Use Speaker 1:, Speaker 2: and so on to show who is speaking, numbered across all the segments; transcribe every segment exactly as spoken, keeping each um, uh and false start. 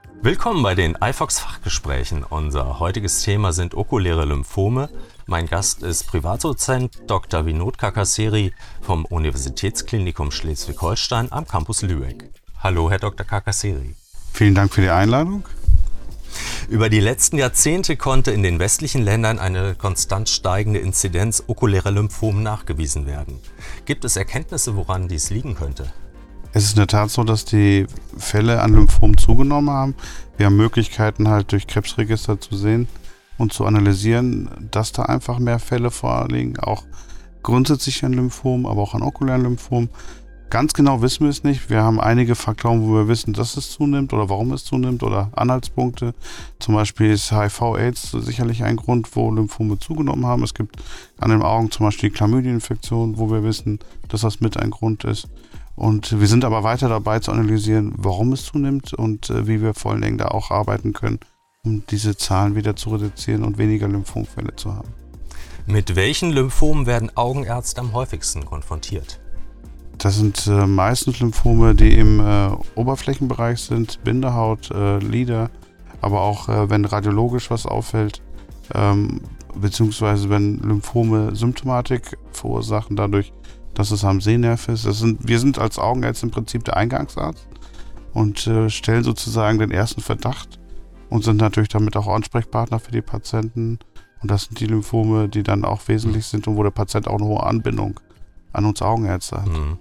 Speaker 1: Willkommen bei den iFox-Fachgesprächen. Unser heutiges Thema sind okuläre Lymphome. Mein Gast ist Privatdozent Doktor Vinod Karkaseri vom Universitätsklinikum Schleswig-Holstein am Campus Lübeck. Hallo, Herr Doktor Karkaseri.
Speaker 2: Vielen Dank für die Einladung.
Speaker 1: Über die letzten Jahrzehnte konnte in den westlichen Ländern eine konstant steigende Inzidenz okulärer Lymphomen nachgewiesen werden. Gibt es Erkenntnisse, woran dies liegen könnte?
Speaker 2: Es ist in der Tat so, dass die Fälle an Lymphomen zugenommen haben. Wir haben Möglichkeiten halt durch Krebsregister zu sehen und zu analysieren, dass da einfach mehr Fälle vorliegen, auch grundsätzlich an Lymphomen, aber auch an okulären Lymphomen. Ganz genau wissen wir es nicht. Wir haben einige Faktoren, wo wir wissen, dass es zunimmt oder warum es zunimmt oder Anhaltspunkte. Zum Beispiel ist H I V Aids sicherlich ein Grund, wo Lymphome zugenommen haben. Es gibt an den Augen zum Beispiel die Chlamydieninfektion, wo wir wissen, dass das mit ein Grund ist. Und wir sind aber weiter dabei zu analysieren, warum es zunimmt und äh, wie wir vor allen Dingen da auch arbeiten können, um diese Zahlen wieder zu reduzieren und weniger Lymphomfälle zu haben.
Speaker 1: Mit welchen Lymphomen werden Augenärzte am häufigsten konfrontiert?
Speaker 2: Das sind äh, meistens Lymphome, die im äh, Oberflächenbereich sind, Bindehaut, äh, Lider, aber auch äh, wenn radiologisch was auffällt, ähm, beziehungsweise wenn Lymphome Symptomatik verursachen dadurch, dass es am Sehnerv ist. Das sind, wir sind als Augenärzte im Prinzip der Eingangsarzt und äh, stellen sozusagen den ersten Verdacht und sind natürlich damit auch Ansprechpartner für die Patienten. Und das sind die Lymphome, die dann auch wesentlich sind und wo der Patient auch eine hohe Anbindung an uns Augenärzte hat.
Speaker 1: Mhm.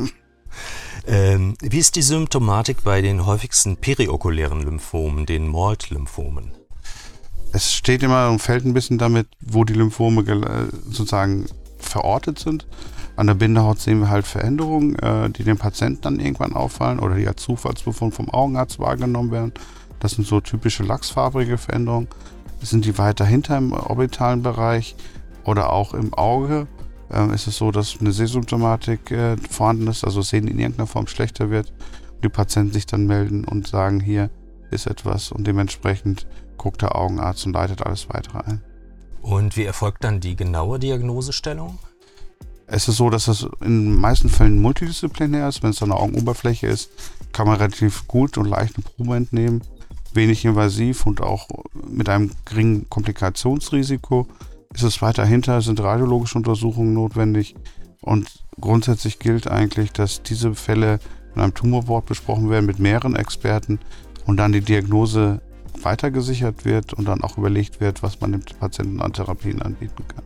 Speaker 1: ähm, wie ist die Symptomatik bei den häufigsten periokulären Lymphomen, den M A L T-Lymphomen?
Speaker 2: Es steht immer und fällt ein bisschen damit, wo die Lymphome sozusagen verortet sind. An der Bindehaut sehen wir halt Veränderungen, äh, die dem Patienten dann irgendwann auffallen oder die als Zufallsbefund vom Augenarzt wahrgenommen werden. Das sind so typische lachsfarbige Veränderungen. Das sind die weiter hinter im orbitalen Bereich oder auch im Auge. Äh, ist es so, dass eine Sehsymptomatik äh, vorhanden ist, also Sehen in irgendeiner Form schlechter wird und die Patienten sich dann melden und sagen, hier ist etwas und dementsprechend guckt der Augenarzt und leitet alles weitere ein.
Speaker 1: Und wie erfolgt dann die genaue Diagnosestellung?
Speaker 2: Es ist so, dass es in den meisten Fällen multidisziplinär ist. Wenn es an der Augenoberfläche ist, kann man relativ gut und leicht eine Probe entnehmen. Wenig invasiv und auch mit einem geringen Komplikationsrisiko. Ist es weiter hinter, sind radiologische Untersuchungen notwendig. Und grundsätzlich gilt eigentlich, dass diese Fälle in einem Tumorboard besprochen werden mit mehreren Experten und dann die Diagnose weiter gesichert wird und dann auch überlegt wird, was man dem Patienten an Therapien anbieten kann.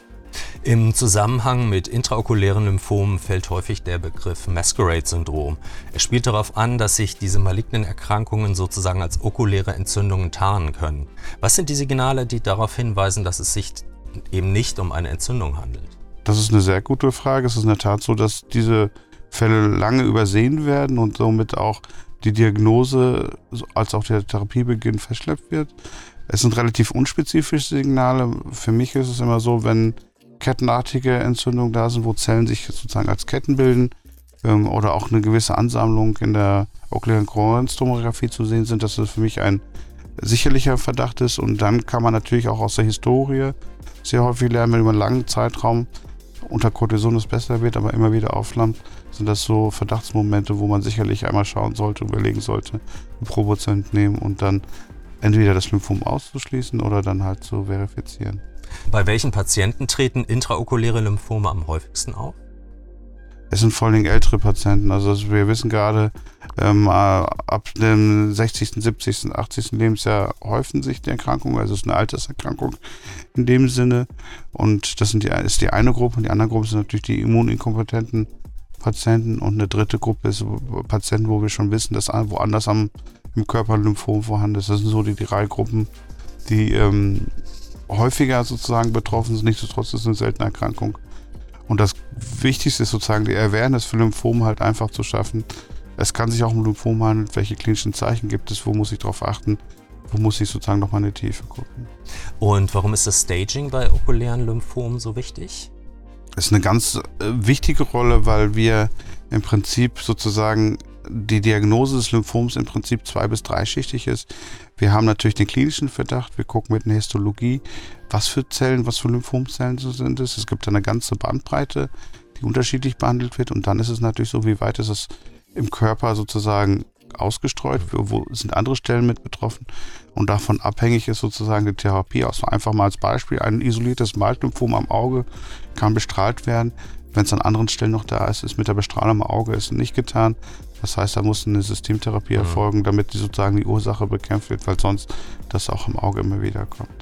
Speaker 1: Im Zusammenhang mit intraokulären Lymphomen fällt häufig der Begriff Masquerade-Syndrom. Er spielt darauf an, dass sich diese malignen Erkrankungen sozusagen als okuläre Entzündungen tarnen können. Was sind die Signale, die darauf hinweisen, dass es sich eben nicht um eine Entzündung handelt?
Speaker 2: Das ist eine sehr gute Frage. Es ist in der Tat so, dass diese Fälle lange übersehen werden und somit auch die Diagnose als auch der Therapiebeginn verschleppt wird. Es sind relativ unspezifische Signale. Für mich ist es immer so, wenn kettenartige Entzündungen da sind, wo Zellen sich sozusagen als Ketten bilden ähm, oder auch eine gewisse Ansammlung in der okulären Kohärenztomographie zu sehen sind, dass das für mich ein sicherlicher Verdacht ist. Und dann kann man natürlich auch aus der Historie sehr häufig lernen, wenn über einen langen Zeitraum unter Cortison es besser wird, aber immer wieder aufflammt, sind das so Verdachtsmomente, wo man sicherlich einmal schauen sollte, überlegen sollte, eine Probe zu entnehmen und dann entweder das Lymphom auszuschließen oder dann halt zu verifizieren.
Speaker 1: Bei welchen Patienten treten intraokuläre Lymphome am häufigsten auf?
Speaker 2: Es sind vor allen Dingen ältere Patienten. Also wir wissen gerade, ähm, ab dem sechzigsten, siebzigsten, achtzigsten Lebensjahr häufen sich die Erkrankungen. Also es ist eine Alterserkrankung in dem Sinne. Und das sind die, ist die eine Gruppe. Und die andere Gruppe sind natürlich die immuninkompetenten Patienten. Und eine dritte Gruppe ist Patienten, wo wir schon wissen, dass woanders am, im Körper ein Lymphom vorhanden ist. Das sind so die drei Gruppen, die ähm, häufiger sozusagen betroffen sind. Nichtsdestotrotz ist es eine seltene Erkrankung. Und das Wichtigste ist sozusagen die Awareness für Lymphom halt einfach zu schaffen. Es kann sich auch um Lymphom handeln, welche klinischen Zeichen gibt es, wo muss ich darauf achten, wo muss ich sozusagen nochmal in die Tiefe gucken.
Speaker 1: Und warum ist das Staging bei okulären Lymphomen so wichtig?
Speaker 2: Das ist eine ganz äh, wichtige Rolle, weil wir im Prinzip sozusagen die Diagnose des Lymphoms im Prinzip zwei- bis dreischichtig ist. Wir haben natürlich den klinischen Verdacht, wir gucken mit einer Histologie, was für Zellen, was für Lymphomzellen sind es. Es gibt eine ganze Bandbreite, die unterschiedlich behandelt wird und dann ist es natürlich so, wie weit ist es im Körper sozusagen ausgestreut, wo, wo sind andere Stellen mit betroffen und davon abhängig ist sozusagen die Therapie. Also einfach mal als Beispiel, ein isoliertes Maltlymphom am Auge kann bestrahlt werden. Wenn es an anderen Stellen noch da ist, ist mit der Bestrahlung am Auge ist nicht getan. Das heißt, da muss eine Systemtherapie mhm. erfolgen, damit die sozusagen die Ursache bekämpft wird, weil sonst das auch im Auge immer wieder kommt.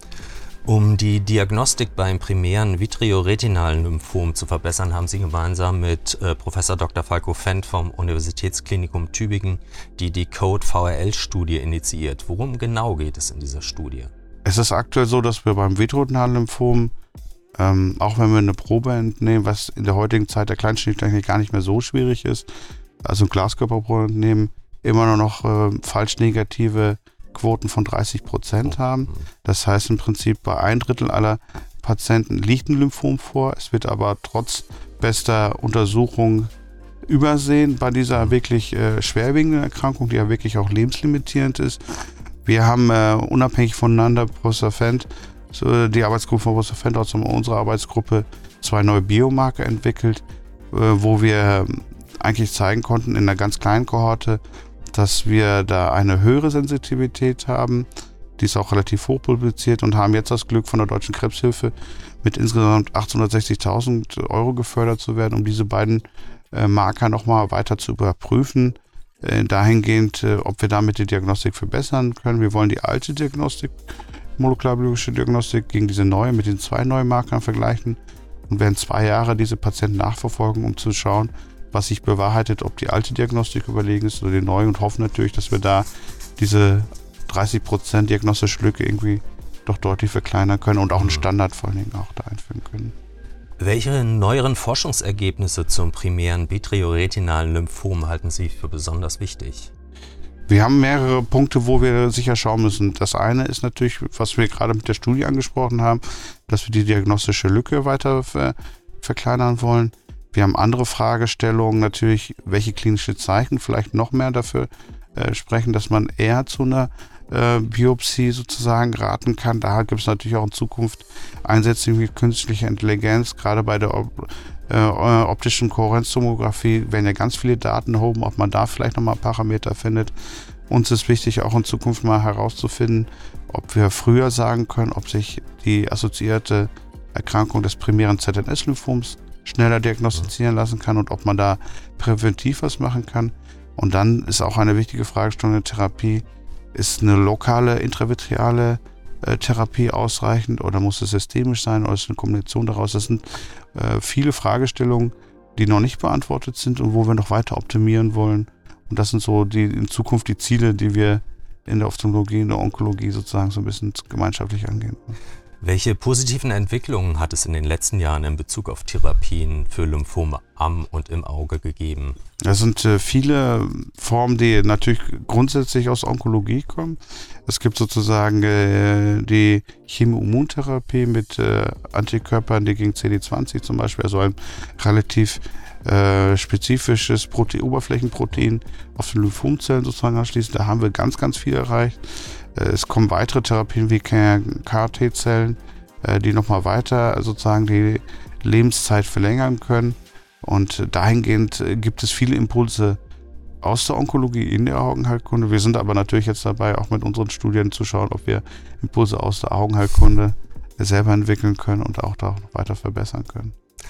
Speaker 1: Um die Diagnostik beim primären vitreoretinalen Lymphom zu verbessern, haben Sie gemeinsam mit äh, Professor Doktor Falko Fendt vom Universitätsklinikum Tübingen die Decode-V R L-Studie initiiert. Worum genau geht es in dieser Studie?
Speaker 2: Es ist aktuell so, dass wir beim vitreoretinalen Lymphom, ähm, auch wenn wir eine Probe entnehmen, was in der heutigen Zeit der Kleinschnitttechnik gar nicht mehr so schwierig ist, also Glaskörperprobe entnehmen, immer noch äh, falsch negative Quoten von dreißig Prozent haben. Das heißt im Prinzip bei ein Drittel aller Patienten liegt ein Lymphom vor. Es wird aber trotz bester Untersuchung übersehen bei dieser wirklich äh, schwerwiegenden Erkrankung, die ja wirklich auch lebenslimitierend ist. Wir haben äh, unabhängig voneinander, Professor Fendt, so, die Arbeitsgruppe von Professor Fendt, also unsere Arbeitsgruppe, zwei neue Biomarker entwickelt, äh, wo wir eigentlich zeigen konnten in einer ganz kleinen Kohorte, dass wir da eine höhere Sensitivität haben. Die ist auch relativ hoch publiziert und haben jetzt das Glück von der Deutschen Krebshilfe mit insgesamt achthundertsechzigtausend Euro gefördert zu werden, um diese beiden äh, Marker nochmal weiter zu überprüfen. Äh, dahingehend, äh, ob wir damit die Diagnostik verbessern können. Wir wollen die alte Diagnostik, molekularbiologische Diagnostik, gegen diese neue mit den zwei neuen Markern vergleichen und werden zwei Jahre diese Patienten nachverfolgen, um zu schauen, was sich bewahrheitet, ob die alte Diagnostik überlegen ist oder die neue, und hoffen natürlich, dass wir da diese dreißig Prozent diagnostische Lücke irgendwie doch deutlich verkleinern können und auch einen Standard vor allen Dingen auch da einführen können.
Speaker 1: Welche neueren Forschungsergebnisse zum primären vitreoretinalen Lymphom halten Sie für besonders wichtig?
Speaker 2: Wir haben mehrere Punkte, wo wir sicher schauen müssen. Das eine ist natürlich, was wir gerade mit der Studie angesprochen haben, dass wir die diagnostische Lücke weiter ver- verkleinern wollen. Wir haben andere Fragestellungen, natürlich, welche klinische Zeichen vielleicht noch mehr dafür äh, sprechen, dass man eher zu einer äh, Biopsie sozusagen raten kann. Da gibt es natürlich auch in Zukunft Einsätze wie künstliche Intelligenz. Gerade bei der op- äh, optischen Kohärenztomographie werden ja ganz viele Daten erhoben, ob man da vielleicht nochmal Parameter findet. Uns ist wichtig, auch in Zukunft mal herauszufinden, ob wir früher sagen können, ob sich die assoziierte Erkrankung des primären Z N S-Lymphoms schneller diagnostizieren lassen kann und ob man da präventiv was machen kann. Und dann ist auch eine wichtige Fragestellung der Therapie, ist eine lokale intravitreale äh, Therapie ausreichend oder muss es systemisch sein oder ist es eine Kombination daraus? Das sind äh, viele Fragestellungen, die noch nicht beantwortet sind und wo wir noch weiter optimieren wollen. Und das sind so die in Zukunft die Ziele, die wir in der Ophthalmologie, in der Onkologie sozusagen so ein bisschen gemeinschaftlich angehen.
Speaker 1: Welche positiven Entwicklungen hat es in den letzten Jahren in Bezug auf Therapien für Lymphome am und im Auge gegeben?
Speaker 2: Es sind äh, viele Formen, die natürlich grundsätzlich aus Onkologie kommen. Es gibt sozusagen äh, die Chemoimmuntherapie mit äh, Antikörpern, die gegen C D zwanzig zum Beispiel, also ein relativ äh, spezifisches Protein, Oberflächenprotein auf den Lymphomzellen sozusagen anschließen. Da haben wir ganz, ganz viel erreicht. Es kommen weitere Therapien wie K T-Zellen, die nochmal weiter sozusagen die Lebenszeit verlängern können. Und dahingehend gibt es viele Impulse aus der Onkologie in der Augenheilkunde. Wir sind aber natürlich jetzt dabei, auch mit unseren Studien zu schauen, ob wir Impulse aus der Augenheilkunde selber entwickeln können und auch da noch weiter verbessern können.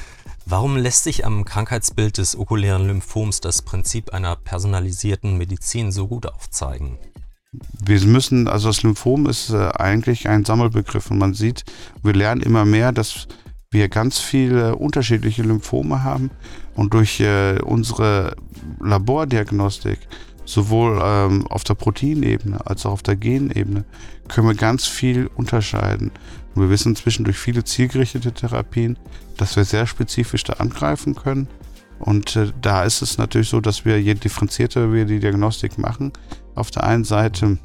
Speaker 1: Warum lässt sich am Krankheitsbild des okulären Lymphoms das Prinzip einer personalisierten Medizin so gut aufzeigen?
Speaker 2: Wir müssen, also das Lymphom ist äh, eigentlich ein Sammelbegriff und man sieht, wir lernen immer mehr, dass wir ganz viele unterschiedliche Lymphome haben und durch äh, unsere Labordiagnostik, sowohl ähm, auf der Proteinebene als auch auf der Genebene, können wir ganz viel unterscheiden. Und wir wissen inzwischen durch viele zielgerichtete Therapien, dass wir sehr spezifisch da angreifen können. Und äh, da ist es natürlich so, dass wir, je differenzierter wir die Diagnostik machen, auf der einen Seite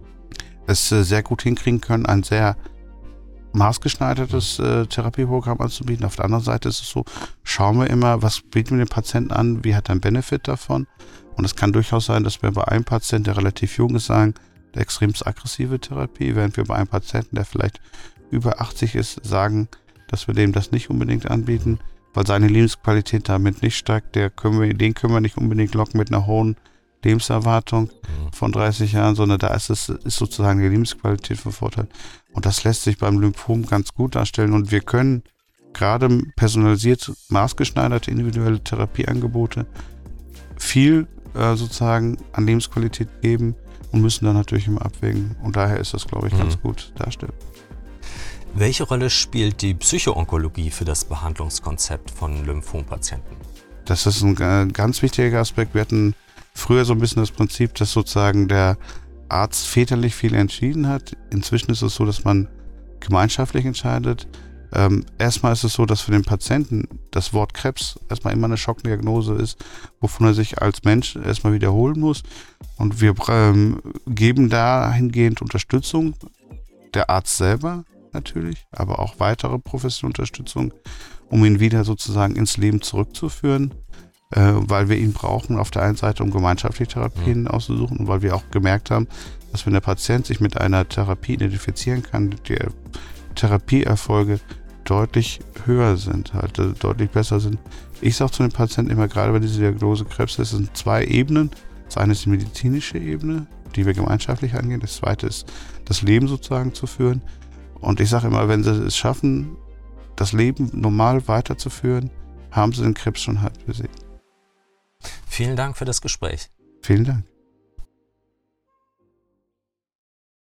Speaker 2: es äh, sehr gut hinkriegen können, ein sehr maßgeschneidertes äh, Therapieprogramm anzubieten. Auf der anderen Seite ist es so, schauen wir immer, was bieten wir dem Patienten an, wie hat er einen Benefit davon. Und es kann durchaus sein, dass wir bei einem Patienten, der relativ jung ist, sagen, der extremst aggressive Therapie, während wir bei einem Patienten, der vielleicht über achtzig ist, sagen, dass wir dem das nicht unbedingt anbieten, weil seine Lebensqualität damit nicht steigt. Der können wir, den können wir nicht unbedingt locken mit einer hohen Lebenserwartung
Speaker 1: Mhm.
Speaker 2: von dreißig Jahren, sondern da ist es ist sozusagen die Lebensqualität von Vorteil. Und das lässt sich beim Lymphom ganz gut darstellen. Und wir können gerade personalisiert, maßgeschneiderte individuelle Therapieangebote viel äh, sozusagen an Lebensqualität geben und müssen dann natürlich immer abwägen. Und daher ist das, glaube ich, ganz
Speaker 1: Mhm.
Speaker 2: gut darstellbar.
Speaker 1: Welche Rolle spielt die Psychoonkologie für das Behandlungskonzept von Lymphompatienten?
Speaker 2: Das ist ein äh, ganz wichtiger Aspekt. Wir hatten früher so ein bisschen das Prinzip, dass sozusagen der Arzt väterlich viel entschieden hat. Inzwischen ist es so, dass man gemeinschaftlich entscheidet. Ähm, erstmal ist es so, dass für den Patienten das Wort Krebs erstmal immer eine Schockdiagnose ist, wovon er sich als Mensch erstmal wiederholen muss. Und wir ähm, geben dahingehend Unterstützung, der Arzt selber natürlich, aber auch weitere professionelle Unterstützung, um ihn wieder sozusagen ins Leben zurückzuführen, äh, weil wir ihn brauchen auf der einen Seite, um gemeinschaftliche Therapien auszusuchen und weil wir auch gemerkt haben, dass wenn der Patient sich mit einer Therapie identifizieren kann, die Therapieerfolge deutlich höher sind, halt äh, deutlich besser sind. Ich sage zu den Patienten immer, gerade bei dieser Diagnose Krebs, es sind zwei Ebenen. Das eine ist die medizinische Ebene, die wir gemeinschaftlich angehen. Das zweite ist, das Leben sozusagen zu führen. Und ich sage immer, wenn sie es schaffen, das Leben normal weiterzuführen, haben sie den Krebs schon halb besiegt.
Speaker 1: Vielen Dank für das Gespräch.
Speaker 2: Vielen Dank.